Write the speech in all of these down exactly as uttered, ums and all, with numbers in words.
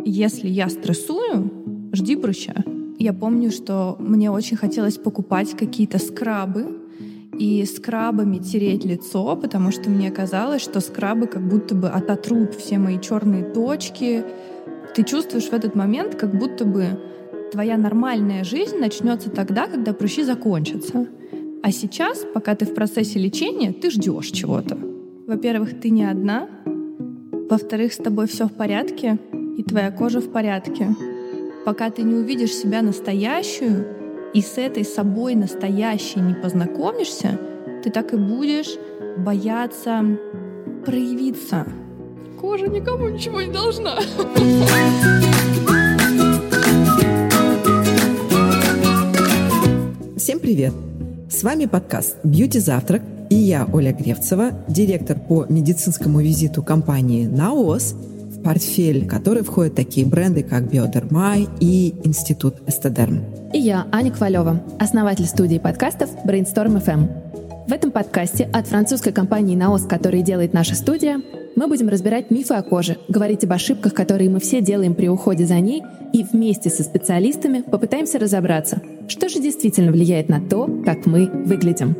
Если я стрессую, жди прыща. Я помню, что мне очень хотелось покупать какие-то скрабы и скрабами тереть лицо, потому что мне казалось, что скрабы как будто бы ототрут все мои черные точки. Ты чувствуешь в этот момент, как будто бы твоя нормальная жизнь начнется тогда, когда прыщи закончатся. А сейчас, пока ты в процессе лечения, ты ждешь чего-то. Во-первых, ты не одна. Во-вторых, с тобой все в порядке, и твоя кожа в порядке. Пока ты не увидишь себя настоящую и с этой собой настоящей не познакомишься, ты так и будешь бояться проявиться. Кожа никому ничего не должна. Всем привет! С вами подкаст «Бьюти Завтрак» и я, Оля Гревцева, директор по медицинскому визиту компании «Наос», в портфель которой входят такие бренды, как «Биодерма» и Институт Эстедерм. И я, Аня Ковалева, основатель студии подкастов Brainstorm эф эм. В этом подкасте от французской компании «Наос», который делает наша студия, мы будем разбирать мифы о коже, говорить об ошибках, которые мы все делаем при уходе за ней, и вместе со специалистами попытаемся разобраться, что же действительно влияет на то, как мы выглядим.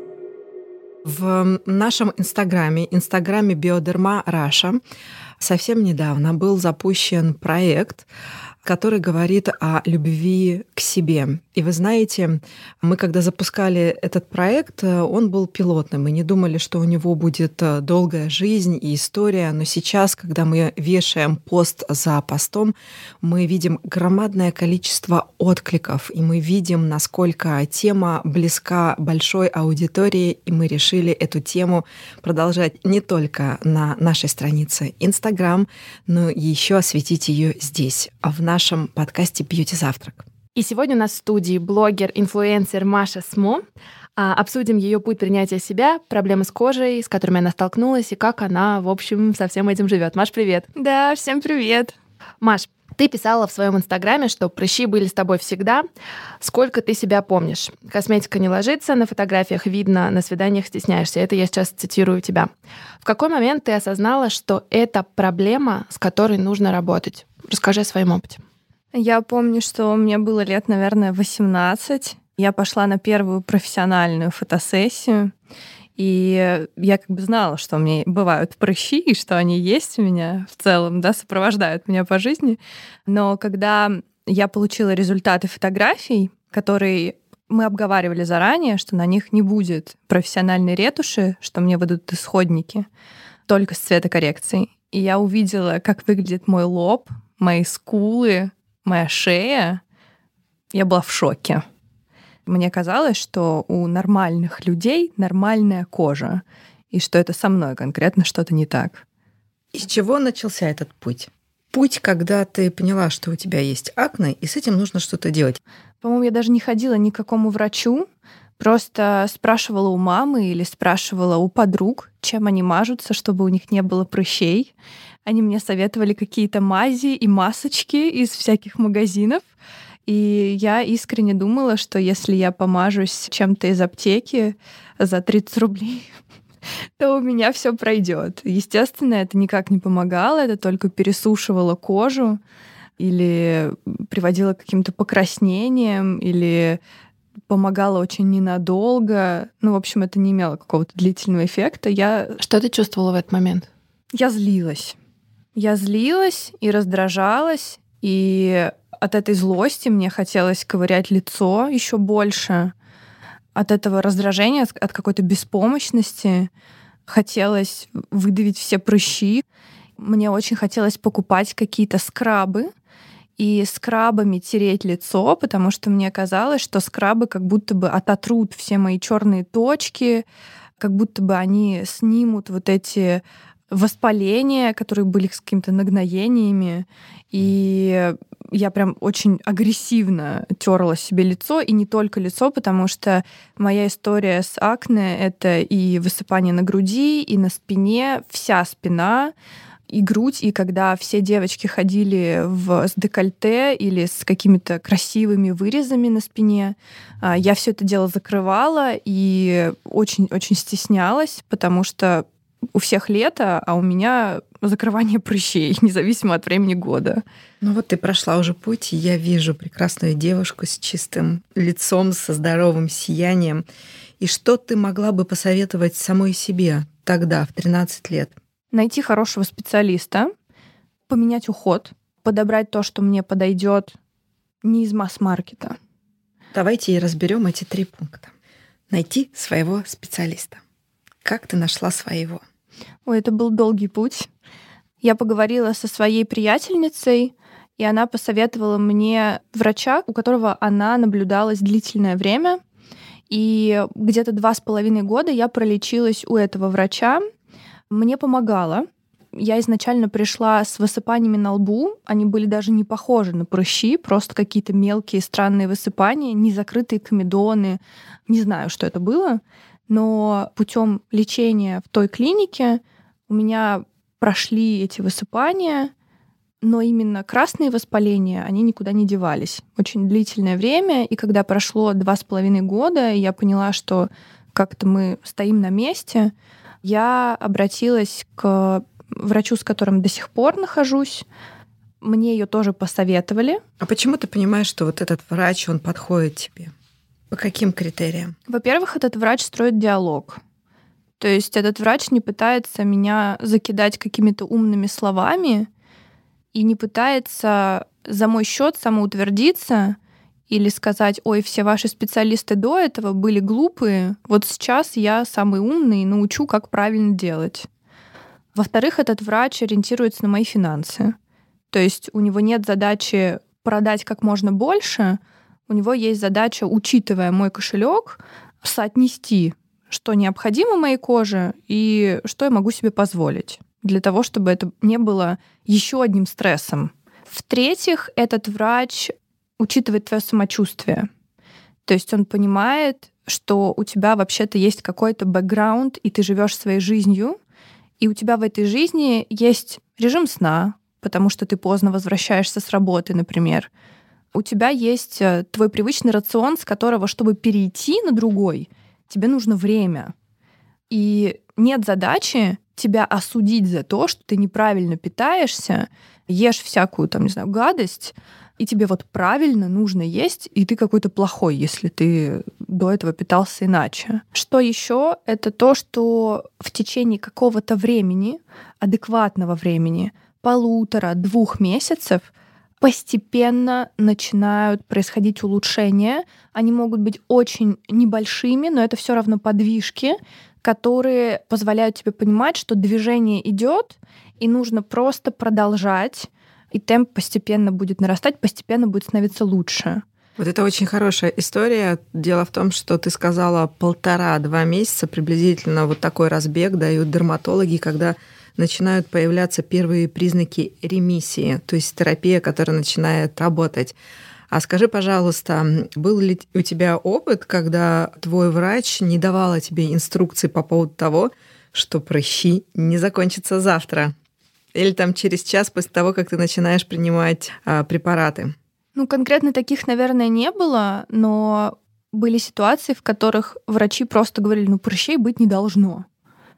В нашем инстаграме, инстаграме Биодерма Раша, совсем недавно был запущен проект, который говорит о любви к себе. И вы знаете, мы когда запускали этот проект, он был пилотным. Мы не думали, что у него будет долгая жизнь и история, но сейчас, когда мы вешаем пост за постом, мы видим громадное количество откликов, и мы видим, насколько тема близка большой аудитории, и мы решили эту тему продолжать не только на нашей странице Instagram, но и еще осветить ее здесь, в нашем подкасте «Бьюти Завтрак». И сегодня у нас в студии блогер, инфлюенсер Маша Смо. Обсудим ее путь принятия себя, проблемы с кожей, с которыми она столкнулась, и как она, в общем, со всем этим живет. Маш, привет! Да, всем привет! Маш, ты писала в своем инстаграме, что прыщи были с тобой всегда. Сколько ты себя помнишь? Косметика не ложится, на фотографиях видно, на свиданиях стесняешься. Это я сейчас цитирую тебя. В какой момент ты осознала, что это проблема, с которой нужно работать? Расскажи о своем опыте. Я помню, что мне было лет, наверное, восемнадцать. Я пошла на первую профессиональную фотосессию, и я как бы знала, что у меня бывают прыщи, и что они есть у меня в целом, да, сопровождают меня по жизни. Но когда я получила результаты фотографий, которые мы обговаривали заранее, что на них не будет профессиональной ретуши, что мне выдадут исходники, только с цветокоррекцией. И я увидела, как выглядит мой лоб, мои скулы, моя шея. Я была в шоке. Мне казалось, что у нормальных людей нормальная кожа, и что это со мной конкретно что-то не так. Из чего начался этот путь? Путь, когда ты поняла, что у тебя есть акне, и с этим нужно что-то делать. По-моему, я даже не ходила ни к какому врачу, просто спрашивала у мамы или спрашивала у подруг, чем они мажутся, чтобы у них не было прыщей. Они мне советовали какие-то мази и масочки из всяких магазинов. И я искренне думала, что если я помажусь чем-то из аптеки за тридцать рублей, то у меня все пройдет. Естественно, это никак не помогало, это только пересушивало кожу или приводило к каким-то покраснениям, или помогало очень ненадолго. Ну, в общем, это не имело какого-то длительного эффекта. Я... Что ты чувствовала в этот момент? Я злилась. Я злилась и раздражалась, и от этой злости мне хотелось ковырять лицо еще больше. От этого раздражения, от какой-то беспомощности хотелось выдавить все прыщи. Мне очень хотелось покупать какие-то скрабы и скрабами тереть лицо, потому что мне казалось, что скрабы как будто бы ототрут все мои черные точки, как будто бы они снимут вот эти воспаления, которые были с какими-то нагноениями. И я прям очень агрессивно терла себе лицо, и не только лицо, потому что моя история с акне — это и высыпание на груди, и на спине, вся спина, и грудь. И когда все девочки ходили в, с декольте или с какими-то красивыми вырезами на спине, я все это дело закрывала и очень-очень стеснялась, потому что у всех лето, а у меня закрывания прыщей, независимо от времени года. Ну вот ты прошла уже путь, и я вижу прекрасную девушку с чистым лицом, со здоровым сиянием. И что ты могла бы посоветовать самой себе тогда, в тринадцать лет? Найти хорошего специалиста, поменять уход, подобрать то, что мне подойдет не из масс-маркета. Давайте и разберем эти три пункта. Найти своего специалиста. Как ты нашла своего? Ой, это был долгий путь. Я поговорила со своей приятельницей, и она посоветовала мне врача, у которого она наблюдалась длительное время. И где-то два с половиной года я пролечилась у этого врача. Мне помогало. Я изначально пришла с высыпаниями на лбу. Они были даже не похожи на прыщи, просто какие-то мелкие странные высыпания, незакрытые комедоны. Не знаю, что это было. Но путем лечения в той клинике у меня прошли эти высыпания, но именно красные воспаления, они никуда не девались. Очень длительное время, и когда прошло два с половиной года, я поняла, что как-то мы стоим на месте, я обратилась к врачу, с которым до сих пор нахожусь. Мне ее тоже посоветовали. А почему ты понимаешь, что вот этот врач, он подходит тебе? По каким критериям? Во-первых, этот врач строит диалог. То есть этот врач не пытается меня закидать какими-то умными словами и не пытается за мой счет самоутвердиться или сказать: ой, все ваши специалисты до этого были глупые, вот сейчас я самый умный и научу, как правильно делать. Во-вторых, этот врач ориентируется на мои финансы. То есть у него нет задачи продать как можно больше, у него есть задача, учитывая мой кошелек, соотнести, что необходимо моей коже и что я могу себе позволить, для того, чтобы это не было еще одним стрессом. В-третьих, этот врач учитывает твое самочувствие. То есть он понимает, что у тебя вообще-то есть какой-то бэкграунд, и ты живешь своей жизнью, и у тебя в этой жизни есть режим сна, потому что ты поздно возвращаешься с работы, например. У тебя есть твой привычный рацион, с которого, чтобы перейти на другой, тебе нужно время. И нет задачи тебя осудить за то, что ты неправильно питаешься, ешь всякую, там, не знаю, гадость, и тебе вот правильно нужно есть, и ты какой-то плохой, если ты до этого питался иначе. Что еще? Это то, что в течение какого-то времени, адекватного времени, полутора-двух месяцев, постепенно начинают происходить улучшения. Они могут быть очень небольшими, но это все равно подвижки, которые позволяют тебе понимать, что движение идет, и нужно просто продолжать, и темп постепенно будет нарастать, постепенно будет становиться лучше. Вот это очень хорошая история. Дело в том, что ты сказала полтора-два месяца приблизительно вот такой разбег дают дерматологи, когда начинают появляться первые признаки ремиссии, то есть терапия, которая начинает работать. А скажи, пожалуйста, был ли у тебя опыт, когда твой врач не давала тебе инструкций по поводу того, что прыщи не закончатся завтра? Или там через час после того, как ты начинаешь принимать а, препараты? Ну, конкретно таких, наверное, не было, но были ситуации, в которых врачи просто говорили: ну, прыщей быть не должно.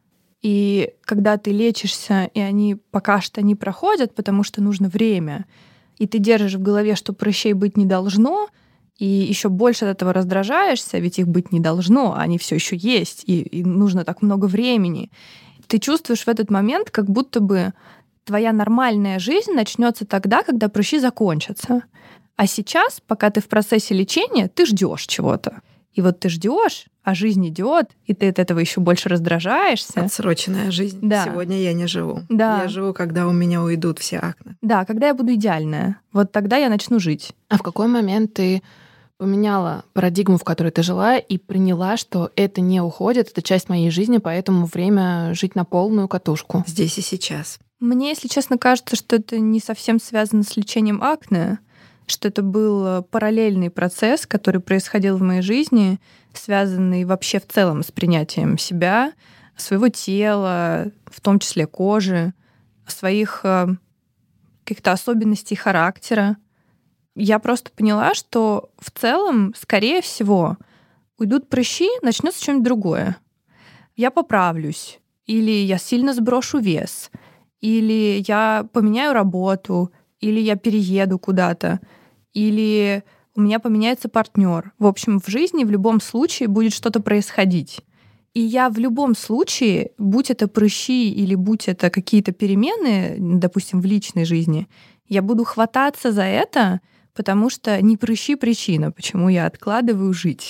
И когда ты лечишься, и они пока что не проходят, потому что нужно время, и ты держишь в голове, что прыщей быть не должно, и еще больше от этого раздражаешься, ведь их быть не должно, а они все еще есть, и, и нужно так много времени. Ты чувствуешь в этот момент, как будто бы твоя нормальная жизнь начнется тогда, когда прыщи закончатся. А сейчас, пока ты в процессе лечения, ты ждешь чего-то. И вот ты ждешь, а жизнь идет, и ты от этого еще больше раздражаешься. Отсроченная жизнь. Да. Сегодня я не живу. Да. Я живу, когда у меня уйдут все акне. Да, когда я буду идеальная. Вот тогда я начну жить. А в какой момент ты поменяла парадигму, в которой ты жила, и приняла, что это не уходит, это часть моей жизни, поэтому время жить на полную катушку? Здесь и сейчас. Мне, если честно, кажется, что это не совсем связано с лечением акне, что это был параллельный процесс, который происходил в моей жизни, связанный вообще в целом с принятием себя, своего тела, в том числе кожи, своих каких-то особенностей характера. Я просто поняла, что в целом, скорее всего, уйдут прыщи, начнется что-нибудь другое. Я поправлюсь, или я сильно сброшу вес, или я поменяю работу, или я перееду куда-то, или у меня поменяется партнер. В общем, в жизни в любом случае будет что-то происходить. И я в любом случае, будь это прыщи или будь это какие-то перемены, допустим, в личной жизни, я буду хвататься за это, потому что не прыщи причина, почему я откладываю жить.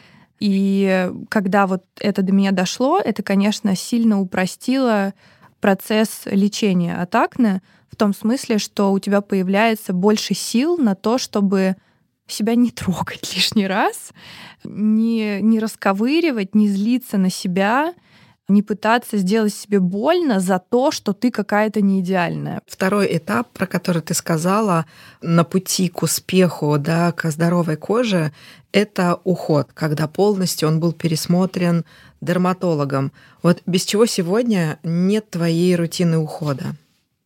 И когда вот это до меня дошло, это, конечно, сильно упростило процесс лечения от акне в том смысле, что у тебя появляется больше сил на то, чтобы себя не трогать лишний раз, не, не расковыривать, не злиться на себя, не пытаться сделать себе больно за то, что ты какая-то не идеальная. Второй этап, про который ты сказала, на пути к успеху, да, к здоровой коже, это уход, когда полностью он был пересмотрен дерматологом. Вот без чего сегодня нет твоей рутины ухода?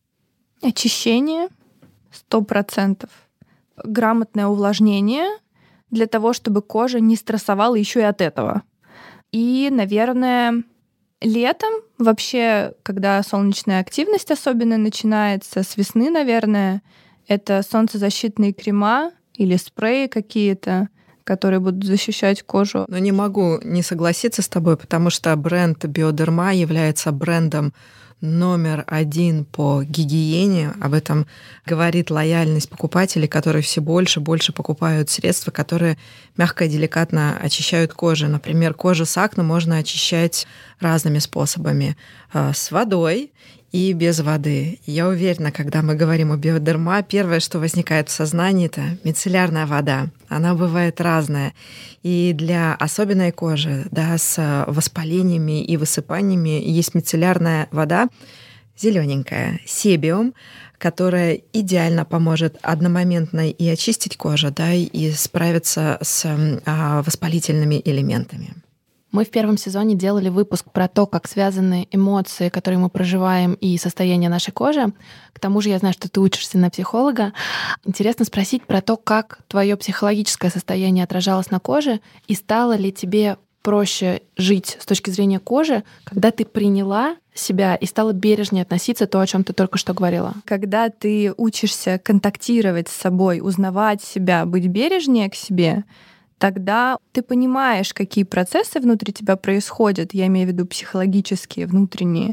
Очищение сто процентов. Грамотное увлажнение для того, чтобы кожа не стрессовала еще и от этого. И, наверное, летом вообще, когда солнечная активность особенно начинается, с весны, наверное, это солнцезащитные крема или спреи какие-то, которые будут защищать кожу. Но не могу не согласиться с тобой, потому что бренд Биодерма является брендом номер один по гигиене. Об этом говорит лояльность покупателей, которые все больше и больше покупают средства, которые мягко и деликатно очищают кожу. Например, кожу с акне можно очищать разными способами. С водой и без воды. Я уверена, когда мы говорим о биодерма, первое, что возникает в сознании, это мицеллярная вода. Она бывает разная. И для особенной кожи, да, с воспалениями и высыпаниями есть мицеллярная вода, зелененькая, себиум, которая идеально поможет одномоментно и очистить кожу, да, и справиться с а, воспалительными элементами. Мы в первом сезоне делали выпуск про то, как связаны эмоции, которые мы проживаем, и состояние нашей кожи. К тому же я знаю, что ты учишься на психолога. Интересно спросить про то, как твое психологическое состояние отражалось на коже, и стало ли тебе проще жить с точки зрения кожи, когда ты приняла себя и стала бережнее относиться к тому, о чем ты только что говорила. Когда ты учишься контактировать с собой, узнавать себя, быть бережнее к себе, тогда ты понимаешь, какие процессы внутри тебя происходят, я имею в виду психологические, внутренние,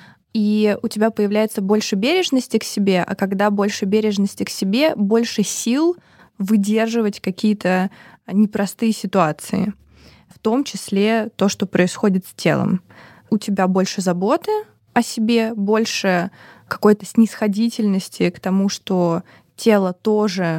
и у тебя появляется больше бережности к себе, а когда больше бережности к себе, больше сил выдерживать какие-то непростые ситуации, в том числе то, что происходит с телом. У тебя больше заботы о себе, больше какой-то снисходительности к тому, что тело тоже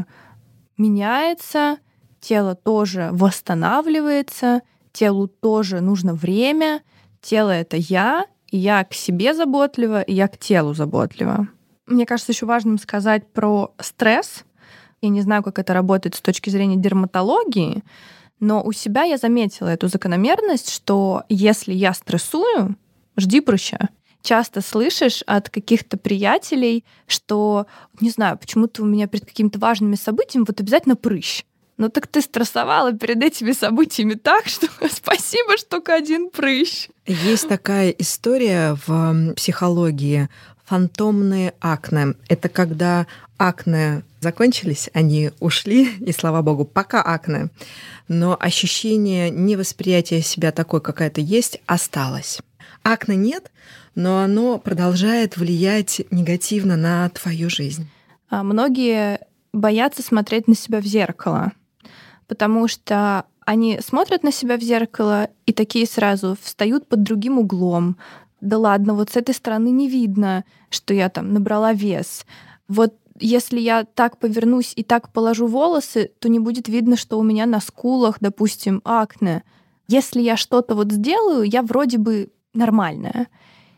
меняется, тело тоже восстанавливается, телу тоже нужно время, тело — это я, и я к себе заботлива, и я к телу заботлива. Мне кажется, еще важным сказать про стресс. Я не знаю, как это работает с точки зрения дерматологии, но у себя я заметила эту закономерность, что если я стрессую, жди прыща. Часто слышишь от каких-то приятелей, что, не знаю, почему-то у меня перед какими-то важными событиями вот обязательно прыщ. Ну так ты стрессовала перед этими событиями так, что спасибо, что только один прыщ. Есть такая история в психологии — фантомные акне. Это когда акне закончились, они ушли, и слава богу, пока акне. Но ощущение невосприятия себя такой, какая ты есть, осталось. Акне нет, но оно продолжает влиять негативно на твою жизнь. А многие боятся смотреть на себя в зеркало, потому что они смотрят на себя в зеркало и такие сразу встают под другим углом. Да ладно, вот с этой стороны не видно, что я там набрала вес. Вот если я так повернусь и так положу волосы, то не будет видно, что у меня на скулах, допустим, акне. Если я что-то вот сделаю, я вроде бы нормальная.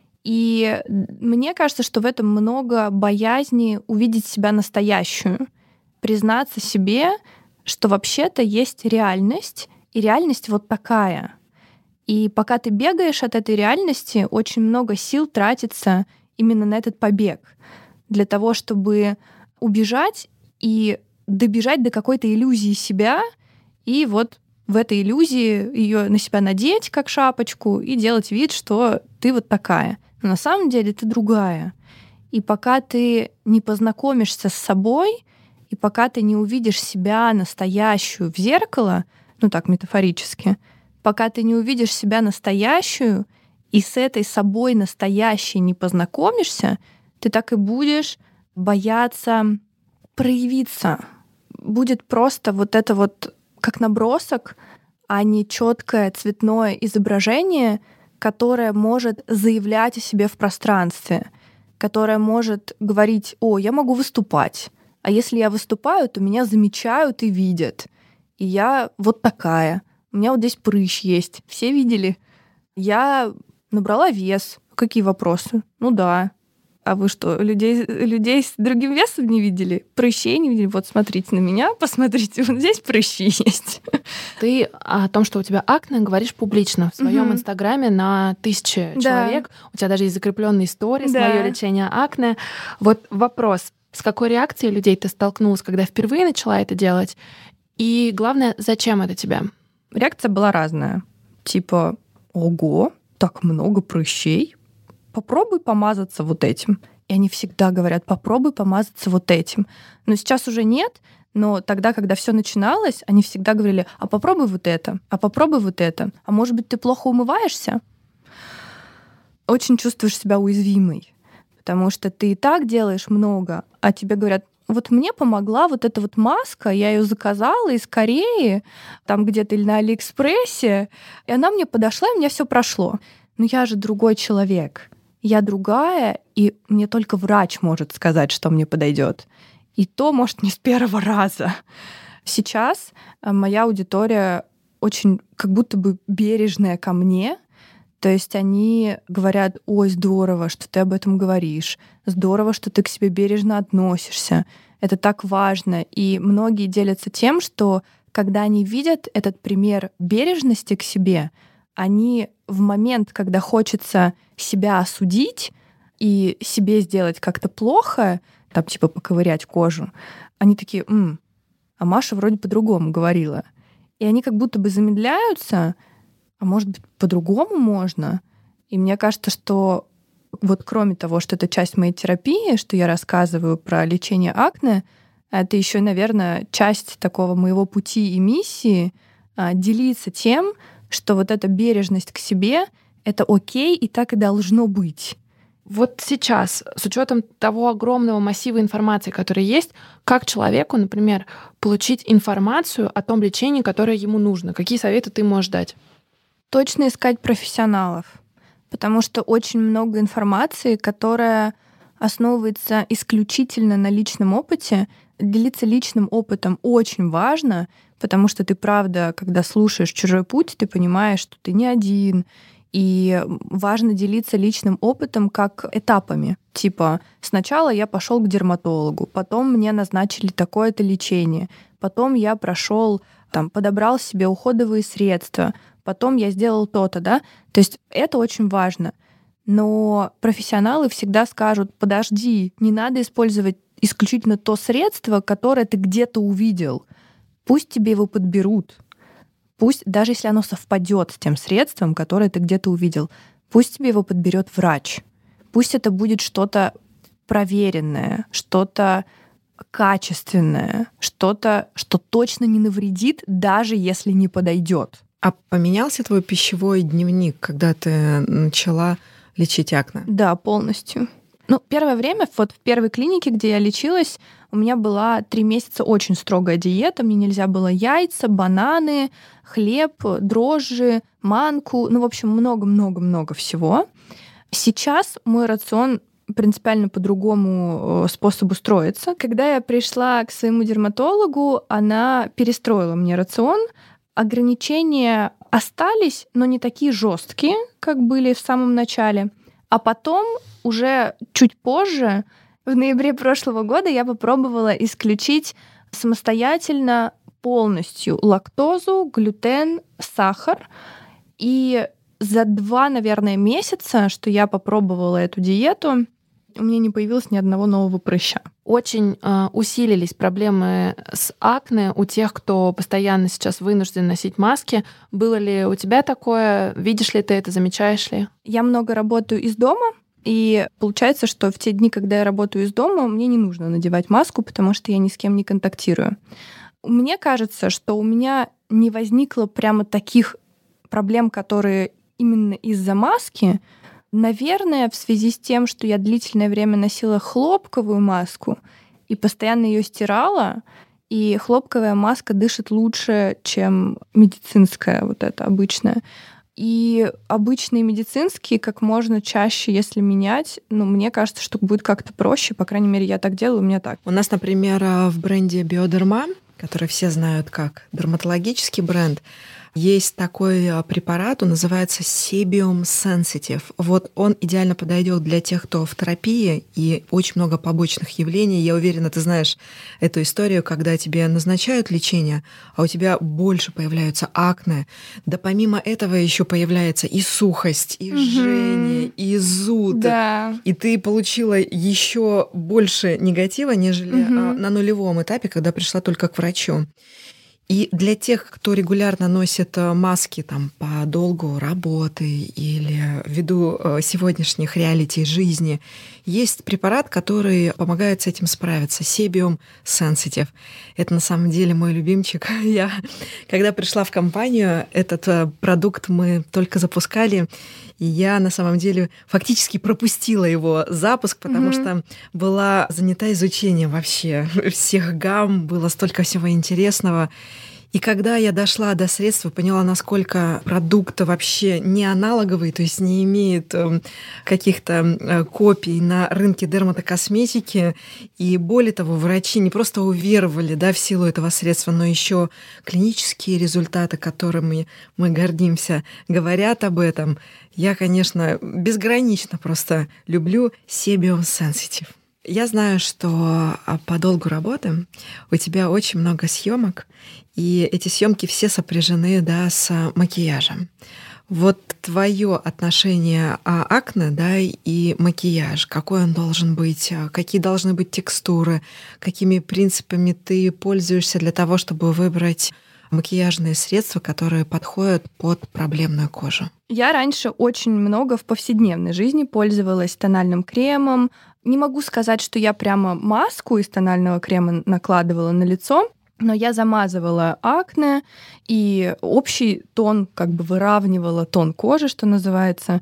И мне кажется, что в этом много боязни увидеть себя настоящую, признаться себе, что вообще-то есть реальность, и реальность вот такая. И пока ты бегаешь от этой реальности, очень много сил тратится именно на этот побег, для того, чтобы убежать и добежать до какой-то иллюзии себя, и вот в этой иллюзии ее на себя надеть как шапочку и делать вид, что ты вот такая. Но на самом деле ты другая. И пока ты не познакомишься с собой, и пока ты не увидишь себя настоящую в зеркало, ну так метафорически, пока ты не увидишь себя настоящую и с этой собой настоящей не познакомишься, ты так и будешь бояться проявиться. Будет просто вот это вот как набросок, а не четкое цветное изображение, которое может заявлять о себе в пространстве, которое может говорить: «О, я могу выступать, а если я выступаю, то меня замечают и видят, и я вот такая, у меня вот здесь прыщ есть, все видели, я набрала вес». Какие вопросы? Ну да. А вы что, людей, людей с другим весом не видели? Прыщей не видели? Вот смотрите на меня, посмотрите, вот здесь прыщи есть. Ты о том, что у тебя акне, говоришь публично в своем угу. инстаграме на тысячи да. человек. У тебя даже есть закрепленные истории да. «Моё лечение акне». Вот вопрос: с какой реакцией людей ты столкнулась, когда впервые начала это делать? И главное, зачем это тебе? Реакция была разная. Типа: ого, так много прыщей? Попробуй помазаться вот этим. И они всегда говорят: попробуй помазаться вот этим. Но сейчас уже нет, но тогда, когда все начиналось, они всегда говорили: а попробуй вот это, а попробуй вот это. А может быть, ты плохо умываешься? Очень чувствуешь себя уязвимой, потому что ты и так делаешь много, а тебе говорят: вот мне помогла вот эта вот маска, я ее заказала из Кореи, там где-то или на Алиэкспрессе, и она мне подошла, и у меня все прошло. Но я же другой человек. Я другая, и мне только врач может сказать, что мне подойдет. И то, может, не с первого раза. Сейчас моя аудитория очень как будто бы бережная ко мне. То есть они говорят: ой, здорово, что ты об этом говоришь. Здорово, что ты к себе бережно относишься. Это так важно. И многие делятся тем, что когда они видят этот пример бережности к себе, они в момент, когда хочется себя осудить и себе сделать как-то плохо, там типа поковырять кожу, они такие: М, а Маша вроде по-другому говорила. И они как будто бы замедляются, а может быть, по-другому можно. И мне кажется, что вот кроме того, что это часть моей терапии, что я рассказываю про лечение акне, это еще, наверное, часть такого моего пути и миссии — делиться тем, что вот эта бережность к себе — это окей, и так и должно быть. Вот сейчас, с учетом того огромного массива информации, который есть, как человеку, например, получить информацию о том лечении, которое ему нужно? Какие советы ты можешь дать? Точно искать профессионалов, потому что очень много информации, которая основывается исключительно на личном опыте. Делиться личным опытом очень важно, потому что ты, правда, когда слушаешь чужой путь, ты понимаешь, что ты не один. И важно делиться личным опытом как этапами. Типа, сначала я пошел к дерматологу, потом мне назначили такое-то лечение, потом я прошел, там, подобрал себе уходовые средства, потом я сделал то-то, да? То есть это очень важно. Но профессионалы всегда скажут: подожди, не надо использовать исключительно то средство, которое ты где-то увидел. Пусть тебе его подберут. Пусть, даже если оно совпадет с тем средством, которое ты где-то увидел, пусть тебе его подберет врач. Пусть это будет что-то проверенное, что-то качественное, что-то, что точно не навредит, даже если не подойдет. А поменялся твой пищевой дневник, когда ты начала лечить акне? Да, полностью. Ну, первое время, вот в первой клинике, где я лечилась, у меня была три месяца очень строгая диета. Мне нельзя было яйца, бананы, хлеб, дрожжи, манку. Ну, в общем, много-много-много всего. Сейчас мой рацион принципиально по другому способу строится. Когда я пришла к своему дерматологу, она перестроила мне рацион. Ограничения остались, но не такие жесткие, как были в самом начале. А потом, уже чуть позже, в ноябре прошлого года, я попробовала исключить самостоятельно полностью лактозу, глютен, сахар. И за два, наверное, месяца, что я попробовала эту диету, у меня не появилось ни одного нового прыща. Очень э, усилились проблемы с акне у тех, кто постоянно сейчас вынужден носить маски. Было ли у тебя такое? Видишь ли ты это? Замечаешь ли? Я много работаю из дома, И получается, что в те дни, когда я работаю из дома, мне не нужно надевать маску, потому что я ни с кем не контактирую. Мне кажется, что у меня не возникло прямо таких проблем, которые именно из-за маски. Наверное, в связи с тем, что я длительное время носила хлопковую маску и постоянно ее стирала, и хлопковая маска дышит лучше, чем медицинская, вот эта обычная. И обычные медицинские как можно чаще, если менять, ну, мне кажется, что будет как-то проще. По крайней мере, я так делаю, у меня так. У нас, например, в бренде Биодерма, который все знают как дерматологический бренд, есть такой препарат, он называется Sebium Sensitive. Вот он идеально подойдет для тех, кто в терапии, и очень много побочных явлений. Я уверена, ты знаешь эту историю, когда тебе назначают лечение, а у тебя больше появляются акне. Да помимо этого еще появляется и сухость, и жжение, угу. и зуд. Да. И ты получила еще больше негатива, нежели угу. на нулевом этапе, когда пришла только к врачу. И для тех, кто регулярно носит маски там, по долгу работы или ввиду сегодняшних реалий жизни, есть препарат, который помогает с этим справиться. Sebium Sensitive. Это на самом деле мой любимчик. Я, когда пришла в компанию, этот продукт мы только запускали, и я на самом деле фактически пропустила его запуск, потому mm-hmm. что была занята изучением вообще всех гамм, было столько всего интересного. И когда я дошла до средства, поняла, насколько продукт вообще не аналоговый, то есть не имеет каких-то копий на рынке дерматокосметики. И более того, врачи не просто уверовали, да, в силу этого средства, но еще клинические результаты, которыми мы гордимся, говорят об этом. Я, конечно, безгранично просто люблю Sebium Sensitive. Я знаю, что по долгу работы у тебя очень много съемок, и эти съемки все сопряжены, да, с макияжем. Вот твое отношение а, акне, да, и макияж, какой он должен быть, какие должны быть текстуры, какими принципами ты пользуешься для того, чтобы выбрать макияжные средства, которые подходят под проблемную кожу? Я раньше очень много в повседневной жизни пользовалась тональным кремом. Не могу сказать, что я прямо маску из тонального крема накладывала на лицо, но я замазывала акне и общий тон как бы выравнивала тон кожи, что называется.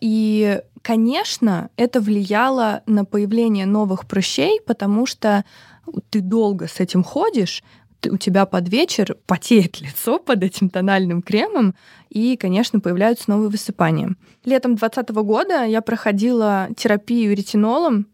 И, конечно, это влияло на появление новых прыщей, потому что ты долго с этим ходишь, у тебя под вечер потеет лицо под этим тональным кремом, и, конечно, появляются новые высыпания. Летом двадцатого года я проходила терапию ретинолом,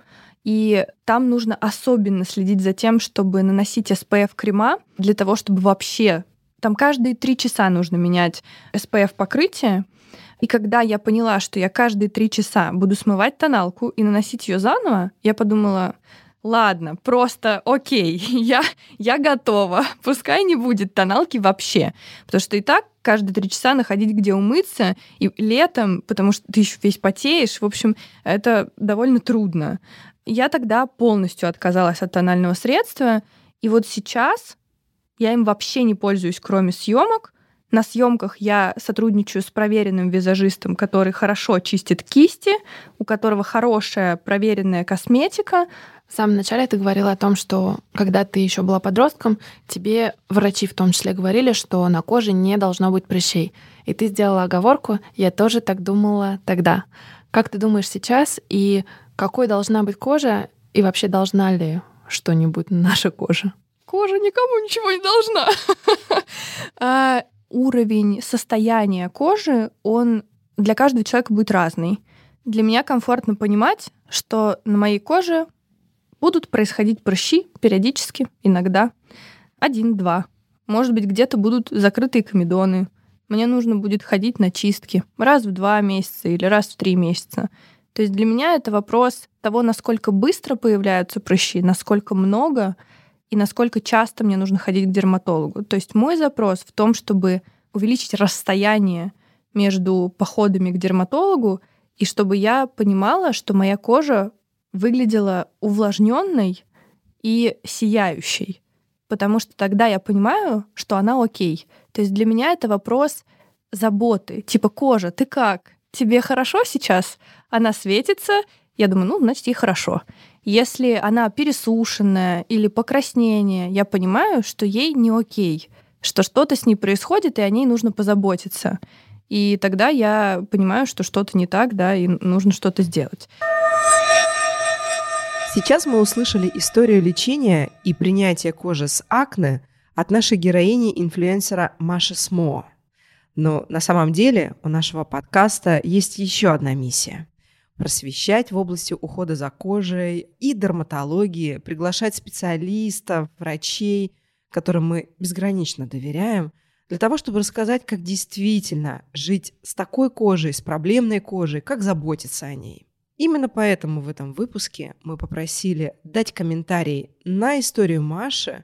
и там нужно особенно следить за тем, чтобы наносить эс пи эф-крема для того, чтобы вообще... Там каждые три часа нужно менять эс пи эф-покрытие. И когда я поняла, что я каждые три часа буду смывать тоналку и наносить ее заново, я подумала... Ладно, просто окей, я, я готова. Пускай не будет тоналки вообще. Потому что и так каждые три часа находить, где умыться, и летом, потому что ты еще весь потеешь, в общем, это довольно трудно. Я тогда полностью отказалась от тонального средства, и вот сейчас я им вообще не пользуюсь, кроме съемок. На съемках я сотрудничаю с проверенным визажистом, который хорошо чистит кисти, у которого хорошая проверенная косметика. В самом начале ты говорила о том, что когда ты еще была подростком, тебе врачи в том числе говорили, что на коже не должно быть прыщей. И ты сделала оговорку, я тоже так думала тогда. Как ты думаешь сейчас, и какой должна быть кожа, и вообще должна ли что-нибудь наша кожа? Кожа никому ничего не должна. Уровень состояния кожи, он для каждого человека будет разный. Для меня комфортно понимать, что на моей коже будут происходить прыщи периодически, иногда. Один-два. Может быть, где-то будут закрытые комедоны. Мне нужно будет ходить на чистки раз в два месяца или раз в три месяца. То есть для меня это вопрос того, насколько быстро появляются прыщи, насколько много и насколько часто мне нужно ходить к дерматологу. То есть мой запрос в том, чтобы увеличить расстояние между походами к дерматологу, и чтобы я понимала, что моя кожа выглядела увлажненной и сияющей. Потому что тогда я понимаю, что она окей. То есть для меня это вопрос заботы. Типа, кожа, ты как? тебе хорошо сейчас, она светится, я думаю, ну, значит, ей хорошо. Если она пересушенная или покраснение, я понимаю, что ей не окей, что что-то с ней происходит, и о ней нужно позаботиться. И тогда я понимаю, что что-то не так, да, и нужно что-то сделать. Сейчас мы услышали историю лечения и принятия кожи с акне от нашей героини-инфлюенсера Маши Смо. Но на самом деле у нашего подкаста есть еще одна миссия – просвещать в области ухода за кожей и дерматологии, приглашать специалистов, врачей, которым мы безгранично доверяем, для того, чтобы рассказать, как действительно жить с такой кожей, с проблемной кожей, как заботиться о ней. Именно поэтому в этом выпуске мы попросили дать комментарий на историю Маши,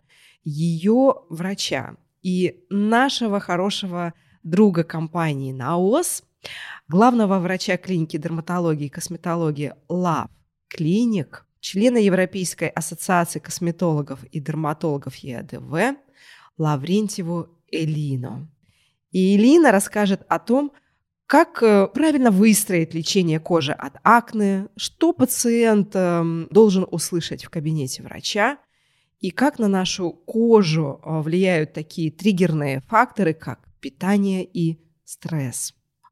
ее врача и нашего хорошего друга компании наос, главного врача клиники дерматологии и косметологии Love Clinic, члена Европейской ассоциации косметологов и дерматологов ЕАДВ Лаврентьеву Элину. И Элина расскажет о том, как правильно выстроить лечение кожи от акне, что пациент должен услышать в кабинете врача, и как на нашу кожу влияют такие триггерные факторы, как питание и стресс.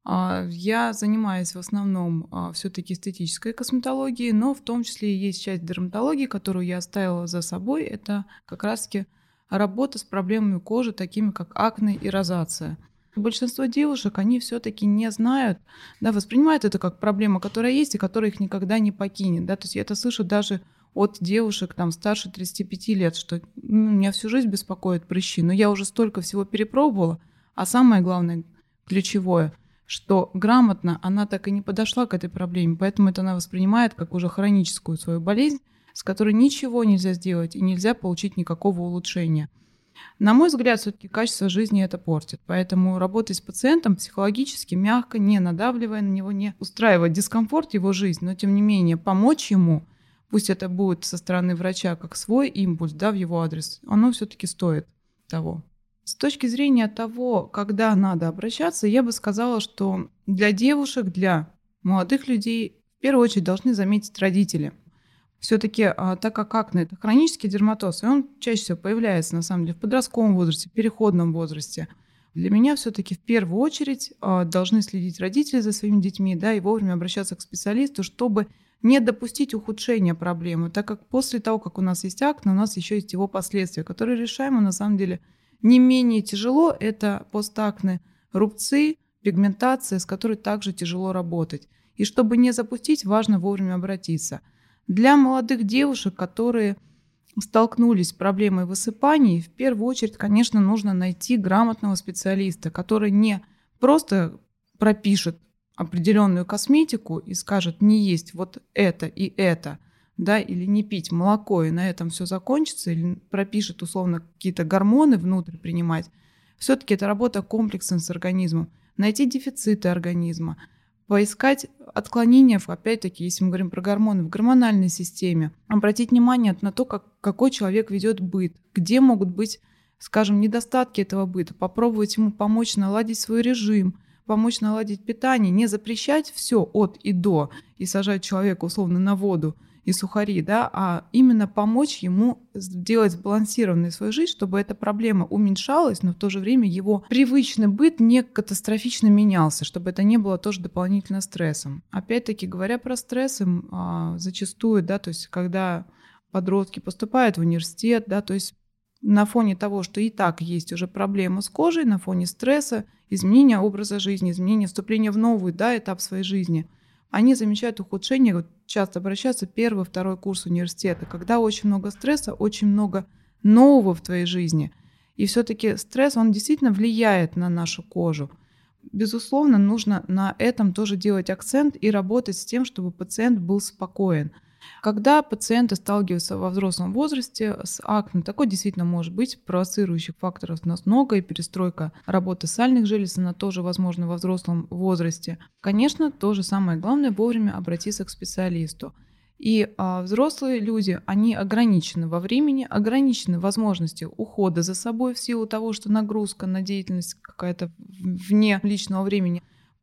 Я занимаюсь в основном все-таки эстетической косметологией, но в том числе есть часть дерматологии, которую я оставила за собой. Это как раз-таки работа с проблемами кожи, такими как акне и розация. Большинство девушек, они все-таки не знают, да, воспринимают это как проблема, которая есть и которая их никогда не покинет. Да? То есть я это слышу даже от девушек там, старше тридцати пяти лет, что ну, меня всю жизнь беспокоят прыщи, но я уже столько всего перепробовала, а самое главное, ключевое, что грамотно она так и не подошла к этой проблеме, поэтому это она воспринимает как уже хроническую свою болезнь, с которой ничего нельзя сделать и нельзя получить никакого улучшения. На мой взгляд, все-таки качество жизни это портит, поэтому работать с пациентом психологически, мягко, не надавливая на него, не устраивая дискомфорт его жизни, но тем не менее помочь ему, пусть это будет со стороны врача как свой импульс, да, в его адрес, оно все-таки стоит того. С точки зрения того, когда надо обращаться, я бы сказала, что для девушек, для молодых людей в первую очередь должны заметить родители. Все-таки, так как акне – это хронический дерматоз, и он чаще всего появляется, на самом деле, в подростковом возрасте, в переходном возрасте. Для меня все-таки в первую очередь должны следить родители за своими детьми, да, и вовремя обращаться к специалисту, чтобы не допустить ухудшения проблемы, так как после того, как у нас есть акне, у нас еще есть его последствия, которые решаемы, на самом деле, не менее тяжело. Это постакне, рубцы, пигментация, с которой также тяжело работать. И чтобы не запустить, важно вовремя обратиться. Для молодых девушек, которые столкнулись с проблемой высыпаний, в первую очередь, конечно, нужно найти грамотного специалиста, который не просто пропишет определенную косметику и скажет не есть вот это и это, да, или не пить молоко, и на этом все закончится, или пропишет условно какие-то гормоны внутрь принимать. Все-таки это работа комплексная с организмом. Найти дефициты организма, поискать отклонения, опять-таки, если мы говорим про гормоны, в гормональной системе, обратить внимание на то, как, какой человек ведет быт, где могут быть, скажем, недостатки этого быта, попробовать ему помочь наладить свой режим, помочь наладить питание, не запрещать все от и до и сажать человека условно на воду и сухари, да, а именно помочь ему сделать сбалансированную свою жизнь, чтобы эта проблема уменьшалась, но в то же время его привычный быт не катастрофично менялся, чтобы это не было тоже дополнительно стрессом. Опять-таки, говоря про стрессы, зачастую, да, то есть когда подростки поступают в университет, да, то есть на фоне того, что и так есть уже проблема с кожей, на фоне стресса, изменения образа жизни, изменения вступления в новый, да, этап своей жизни, они замечают ухудшение, вот часто обращаются первый, второй курс университета, когда очень много стресса, очень много нового в твоей жизни. И все-таки стресс, он действительно влияет на нашу кожу. Безусловно, нужно на этом тоже делать акцент и работать с тем, чтобы пациент был спокоен. Когда пациенты сталкиваются во взрослом возрасте с акне, такой действительно может быть, провоцирующих факторов у нас много, и перестройка работы сальных желез, она тоже возможна во взрослом возрасте. Конечно, то же самое главное вовремя обратиться к специалисту. И а, взрослые люди, они ограничены во времени, ограничены возможностью ухода за собой в силу того, что нагрузка на деятельность какая-то вне личного времени.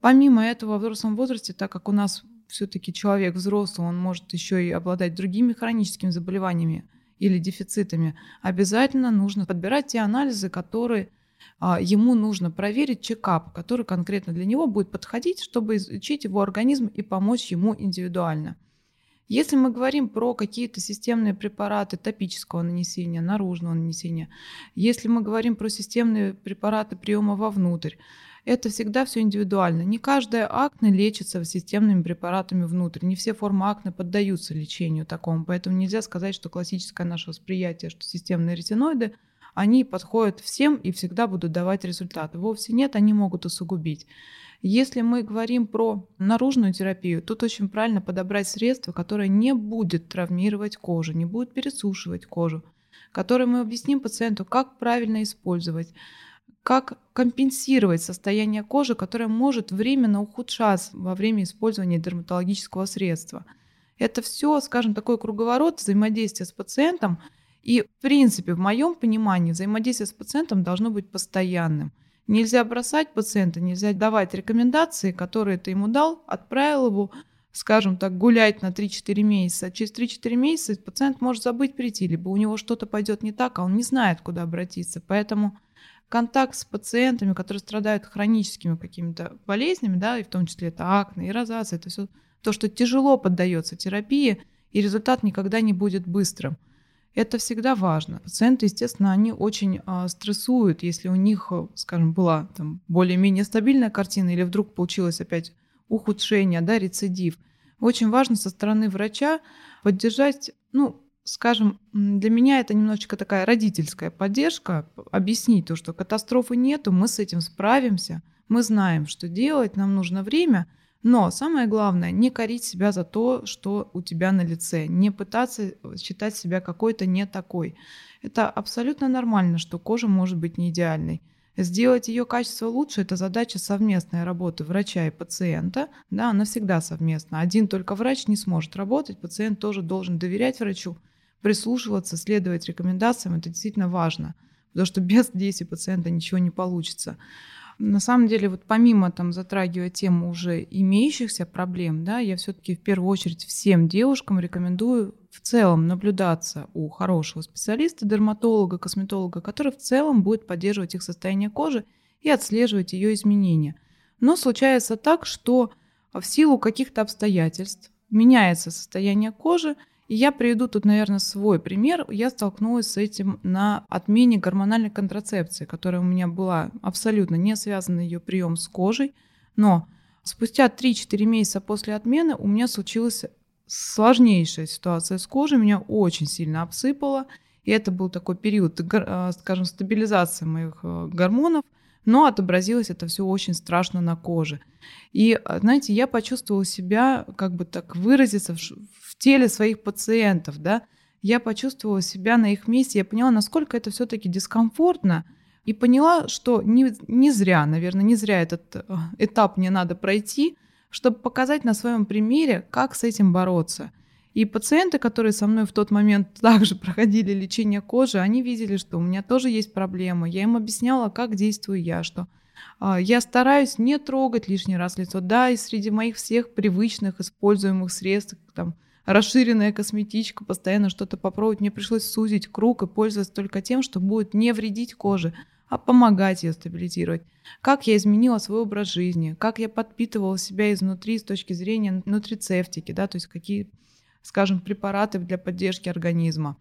Помимо этого, в взрослом возрасте, так как у нас все-таки человек взрослый, он может еще и обладать другими хроническими заболеваниями или дефицитами, обязательно нужно подбирать те анализы, которые а, ему нужно проверить, чекап, который конкретно для него будет подходить, чтобы изучить его организм и помочь ему индивидуально. Если мы говорим про какие-то системные препараты топического нанесения, наружного нанесения, если мы говорим про системные препараты приема вовнутрь, это всегда все индивидуально. Не каждая акне лечится системными препаратами внутрь. Не все формы акне поддаются лечению такому. Поэтому нельзя сказать, что классическое наше восприятие, что системные ретиноиды, они подходят всем и всегда будут давать результаты. Вовсе нет, они могут усугубить. Если мы говорим про наружную терапию, тут очень правильно подобрать средство, которое не будет травмировать кожу, не будет пересушивать кожу, которое мы объясним пациенту, как правильно использовать, как компенсировать состояние кожи, которое может временно ухудшаться во время использования дерматологического средства. Это все, скажем, такой круговорот взаимодействия с пациентом. И, в принципе, в моем понимании, взаимодействие с пациентом должно быть постоянным. Нельзя бросать пациента, нельзя давать рекомендации, которые ты ему дал, отправил его, скажем так, гулять на три-четыре месяца. Через три-четыре месяца пациент может забыть прийти, либо у него что-то пойдет не так, а он не знает, куда обратиться. Поэтому контакт с пациентами, которые страдают хроническими какими-то болезнями, да, и в том числе это акне и розация, это все то, что тяжело поддается терапии, и результат никогда не будет быстрым. Это всегда важно. Пациенты, естественно, они очень а, стрессуют, если у них, скажем, была там, более-менее стабильная картина или вдруг получилось опять ухудшение, да, рецидив. Очень важно со стороны врача поддержать, ну, скажем, для меня это немножечко такая родительская поддержка, объяснить то, что катастрофы нету, мы с этим справимся, мы знаем, что делать, нам нужно время, но самое главное, не корить себя за то, что у тебя на лице, не пытаться считать себя какой-то не такой. Это абсолютно нормально, что кожа может быть не идеальной. Сделать ее качество лучше – это задача совместной работы врача и пациента. Да, она всегда совместна. Один только врач не сможет работать, пациент тоже должен доверять врачу, прислушиваться, следовать рекомендациям. Это действительно важно, потому что без действий пациента ничего не получится. На самом деле, вот помимо там, затрагивая тему уже имеющихся проблем, да, я все-таки в первую очередь всем девушкам рекомендую в целом наблюдаться у хорошего специалиста, дерматолога, косметолога, который в целом будет поддерживать их состояние кожи и отслеживать ее изменения. Но случается так, что в силу каких-то обстоятельств меняется состояние кожи. И я приведу тут, наверное, свой пример. Я столкнулась с этим на отмене гормональной контрацепции, которая у меня была абсолютно не связана ее прием с кожей. Но спустя три-четыре месяца после отмены у меня случилась сложнейшая ситуация с кожей. Меня очень сильно обсыпало. И это был такой период, скажем, стабилизации моих гормонов. Но отобразилось это все очень страшно на коже. И, знаете, я почувствовала себя, как бы так выразиться, в теле своих пациентов, да. Я почувствовала себя на их месте, я поняла, насколько это все-таки дискомфортно, и поняла, что не, не зря, наверное, не зря этот этап мне надо пройти, чтобы показать на своем примере, как с этим бороться. И пациенты, которые со мной в тот момент также проходили лечение кожи, они видели, что у меня тоже есть проблемы. Я им объясняла, как действую я, что э, я стараюсь не трогать лишний раз лицо. Да, и среди моих всех привычных используемых средств, там, расширенная косметичка, постоянно что-то попробовать, мне пришлось сузить круг и пользоваться только тем, что будет не вредить коже, а помогать ее стабилизировать. Как я изменила свой образ жизни, как я подпитывала себя изнутри с точки зрения нутрицептики, да, то есть какие, скажем, препараты для поддержки организма.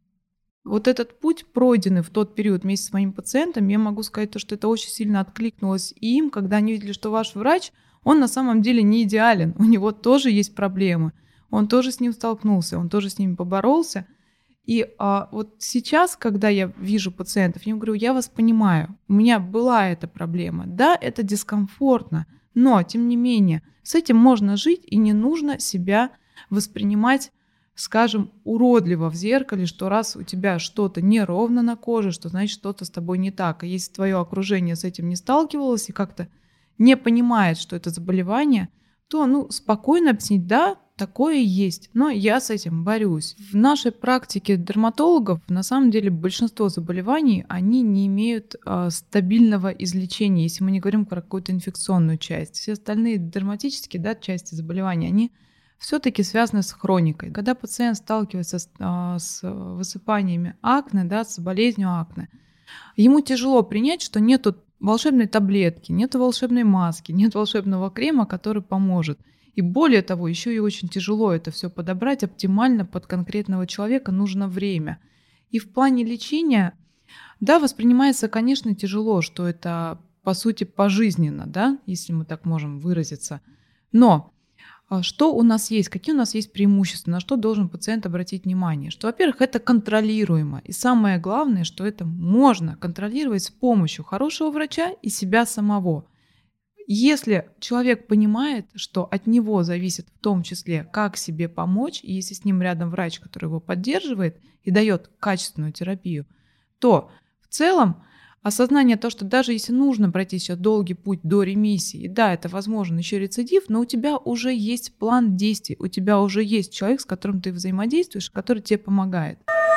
Вот этот путь, пройденный в тот период вместе с моим пациентом, я могу сказать, что это очень сильно откликнулось им, когда они видели, что ваш врач, он на самом деле не идеален, у него тоже есть проблемы, он тоже с ним столкнулся, он тоже с ними поборолся. И а, вот сейчас, когда я вижу пациентов, я им говорю, я вас понимаю, у меня была эта проблема. Да, это дискомфортно, но, тем не менее, с этим можно жить, и не нужно себя воспринимать, скажем, уродливо в зеркале, что раз у тебя что-то неровно на коже, что значит что-то с тобой не так. А если твое окружение с этим не сталкивалось и как-то не понимает, что это заболевание, то ну, спокойно объяснить, да, такое есть, но я с этим борюсь. В нашей практике дерматологов на самом деле большинство заболеваний, они не имеют э, стабильного излечения, если мы не говорим про какую-то инфекционную часть. Все остальные дерматические, да, части заболеваний, они все-таки связаны с хроникой. Когда пациент сталкивается с, э, с высыпаниями акне, да, с болезнью акне, ему тяжело принять, что нету волшебной таблетки, нету волшебной маски, нет волшебного крема, который поможет. И более того, еще и очень тяжело это все подобрать оптимально под конкретного человека, нужно время. И в плане лечения, да, воспринимается, конечно, тяжело, что это, по сути, пожизненно, да, если мы так можем выразиться. Но что у нас есть, какие у нас есть преимущества, на что должен пациент обратить внимание? Что, во-первых, это контролируемо. И самое главное, что это можно контролировать с помощью хорошего врача и себя самого. Если человек понимает, что от него зависит в том числе, как себе помочь, и если с ним рядом врач, который его поддерживает и дает качественную терапию, то в целом осознание того, что даже если нужно пройти еще долгий путь до ремиссии, и да, это возможно еще рецидив, но у тебя уже есть план действий, у тебя уже есть человек, с которым ты взаимодействуешь, который тебе помогает.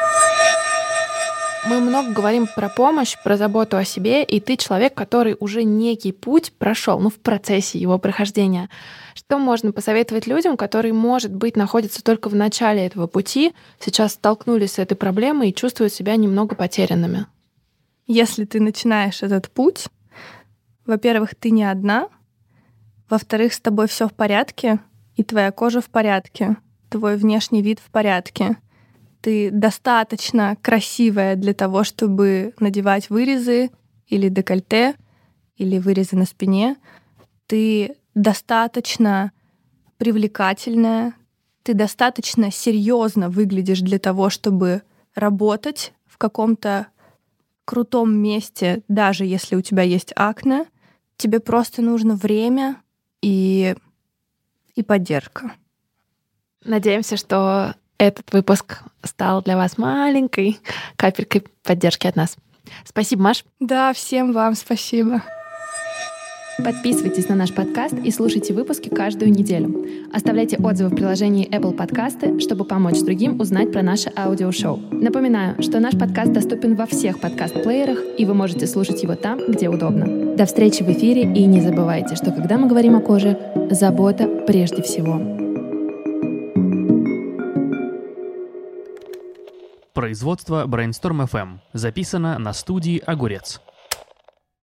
Мы много говорим про помощь, про заботу о себе, и ты человек, который уже некий путь прошел, ну, в процессе его прохождения. Что можно посоветовать людям, которые, может быть, находятся только в начале этого пути, сейчас столкнулись с этой проблемой и чувствуют себя немного потерянными? Если ты начинаешь этот путь, во-первых, ты не одна, во-вторых, с тобой все в порядке, и твоя кожа в порядке, твой внешний вид в порядке. Ты достаточно красивая для того, чтобы надевать вырезы или декольте, или вырезы на спине. Ты достаточно привлекательная, ты достаточно серьезно выглядишь для того, чтобы работать в каком-то крутом месте, даже если у тебя есть акне. Тебе просто нужно время и, и поддержка. Надеемся, что этот выпуск стал для вас маленькой капелькой поддержки от нас. Спасибо, Маш. Да, всем вам спасибо. Подписывайтесь на наш подкаст и слушайте выпуски каждую неделю. Оставляйте отзывы в приложении Apple Подкасты, чтобы помочь другим узнать про наше аудиошоу. Напоминаю, что наш подкаст доступен во всех подкаст-плеерах, и вы можете слушать его там, где удобно. До встречи в эфире, и не забывайте, что когда мы говорим о коже, забота прежде всего. Производство Brainstorm эф эм. Записано на студии «Огурец».